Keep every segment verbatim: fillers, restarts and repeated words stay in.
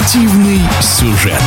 Спортивный сюжет.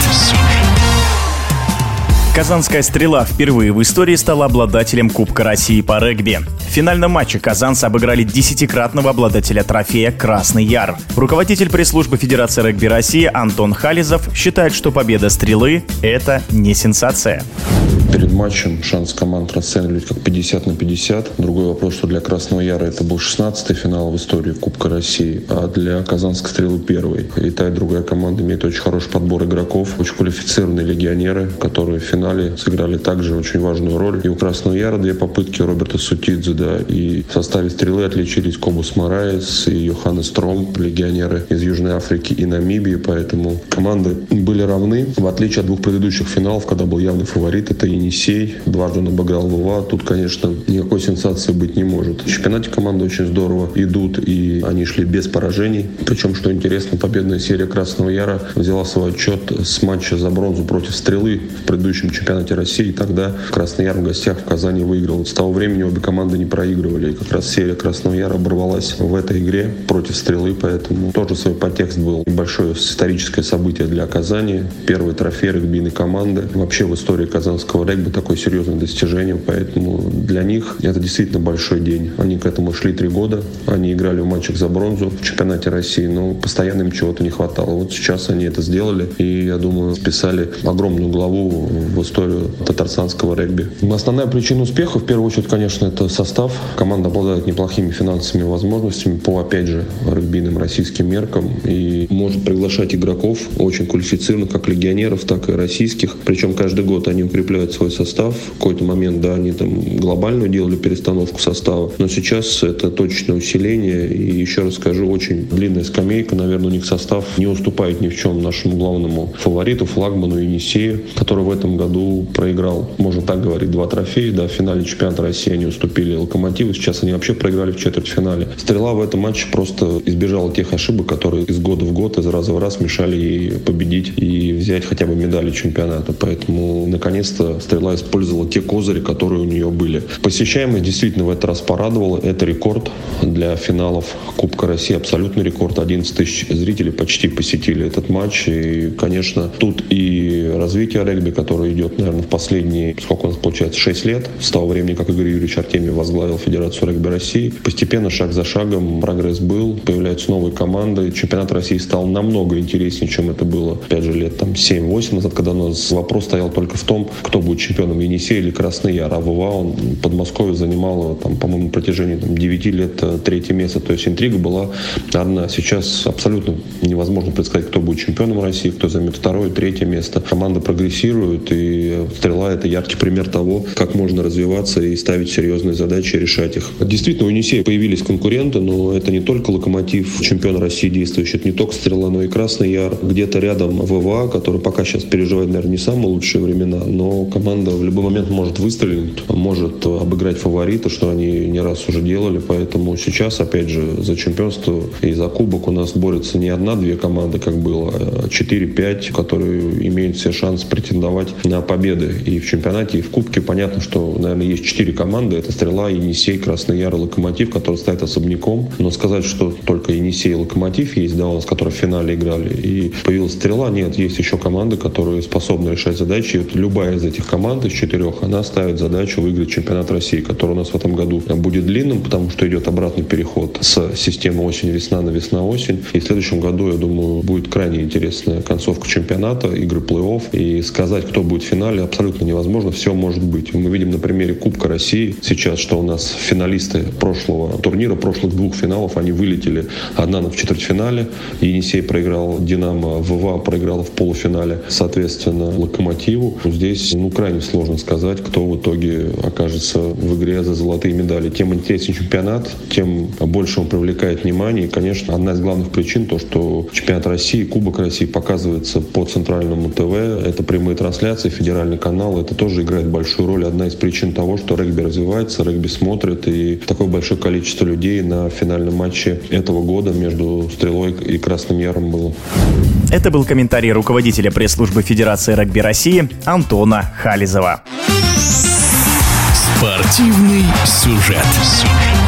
Казанская «Стрела» впервые в истории стала обладателем Кубка России по регби. В финальном матче казанцы обыграли десятикратного обладателя трофея «Красный Яр». Руководитель пресс-службы Федерации регби России Антон Хализов считает, что победа «Стрелы» — это не сенсация. Перед матчем шанс команд расценивали как пятьдесят на пятьдесят. Другой вопрос, что для Красного Яра это был шестнадцатый финал в истории Кубка России, а для Казанской «Стрелы» первый. И та, и другая команда имеет очень хороший подбор игроков, очень квалифицированные легионеры, которые в финале сыграли также очень важную роль. И у Красного Яра две попытки Роберта Сутидзе, да, и в составе «Стрелы» отличились Кобус Мораес и Йоханнес Тром, легионеры из Южной Африки и Намибии, поэтому команды были равны. В отличие от двух предыдущих финалов, когда был явный фаворит, это Енисей, дважды он обыграл ВВА, тут, конечно, никакой сенсации быть не может. В чемпионате команды очень здорово идут, и они шли без поражений. Причем, что интересно, победная серия Красного Яра взяла свой отчет с матча за бронзу против «Стрелы» в предыдущем чемпионате России, и тогда Красный Яр в гостях в Казани выиграл. Вот с того времени обе команды не проигрывали, и как раз серия Красного Яра оборвалась в этой игре против «Стрелы», поэтому тоже свой подтекст был. Небольшое историческое событие для Казани, первый трофей регбийной команды. Вообще в истории казанского регби такое серьезное достижение, поэтому для них это действительно большой день. Они к этому шли три года, они играли в матчах за бронзу в чемпионате России, но постоянно им чего-то не хватало. Вот сейчас они это сделали, и, я думаю, списали огромную главу в историю татарстанского регби. Основная причина успеха, в первую очередь, конечно, это состав. Команда обладает неплохими финансовыми возможностями по, опять же, регбийным российским меркам и может приглашать игроков очень квалифицированных, как легионеров, так и российских. Причем каждый год они укрепляют свой состав. В какой-то момент, да, они там глобальную делали перестановку состава, но сейчас это точечное усиление. И еще раз скажу, очень длинная скамейка. Наверное, у них состав не уступает ни в чем нашему главному фавориту, флагману Енисею, который в этом году проиграл, можно так говорить, два трофея. Да, в финале чемпионата России они уступили Локомотиву. Сейчас они вообще проиграли в четвертьфинале. «Стрела» в этом матче просто избежала тех ошибок, которые из года в год, из раза в раз мешали ей победить и взять хотя бы медали чемпионата. Поэтому, наконец-то, «Стрела» использовала те козыри, которые у нее были. Посещаемость действительно в этот раз порадовала. Это рекорд для финалов Кубка России. Абсолютный рекорд. одиннадцать тысяч зрителей почти посетили этот матч. И, конечно, тут и развитие регби, которое идет, наверное, в последние, сколько у нас получается, шесть лет, с того времени, как Игорь Юрьевич Артемьев возглавил Федерацию регби России. Постепенно, шаг за шагом, прогресс был, появляются новые команды. Чемпионат России стал намного интереснее, чем это было, опять же, лет там семь-восемь назад, когда у нас вопрос стоял только в том, кто будет чемпионом, Енисей или Красный Яр. А ВВА, он Подмосковье занимало, там, по-моему, на протяжении там, девяти лет третье место. То есть интрига была одна. Сейчас абсолютно невозможно предсказать, кто будет чемпионом России, кто займет второе, третье место. Команда прогрессирует, и «Стрела» — это яркий пример того, как можно развиваться и ставить серьезные задачи, решать их. Действительно, у Енисея появились конкуренты, но это не только Локомотив, чемпион России действующий, это не только «Стрела», но и Красный Яр. Где-то рядом ВВА, который пока сейчас переживает, наверное, не самые лучшие времена, но команда в любой момент может выстрелить, может обыграть фаворита, что они не раз уже делали, поэтому сейчас, опять же, за чемпионство и за кубок у нас борются не одна-две команды, как было, а четыре-пять, которые имеют все шансы претендовать на победы и в чемпионате, и в кубке. Понятно, что, наверное, есть четыре команды, это «Стрела», Енисей, Красный Яр и Локомотив, которые стоят особняком, но сказать, что только Енисей и Локомотив есть, да, у нас, которые в финале играли, и появилась «Стрела», нет, есть еще команды, которые способны решать задачи, и вот любая из этих команд, из четырех, она ставит задачу выиграть чемпионат России, который у нас в этом году будет длинным, потому что идет обратный переход с системы осень-весна на весна-осень, и в следующем году, я думаю, будет крайне интересная концовка чемпионата, игры плей-офф, и сказать, кто будет в финале, абсолютно невозможно, все может быть. Мы видим на примере Кубка России сейчас, что у нас финалисты прошлого турнира, прошлых двух финалов, они вылетели. Одна в четвертьфинале, Енисей проиграл «Динамо», ВВА проиграла в полуфинале, соответственно, Локомотиву. Здесь, ну, крайне сложно сказать, кто в итоге окажется в игре за золотые медали. Тем интереснее чемпионат, тем больше он привлекает внимание. И, конечно, одна из главных причин то, что чемпионат России, Кубок России показывается по центральному ТВ. Это прямые трансляции, федеральный канал. Это тоже играет большую роль. Одна из причин того, что регби развивается, регби смотрит. И такое большое количество людей на финальном матче этого года между «Стрелой» и Красным Яром было. Это был комментарий руководителя пресс-службы Федерации регби России Антона Хализова. Спортивный сюжет.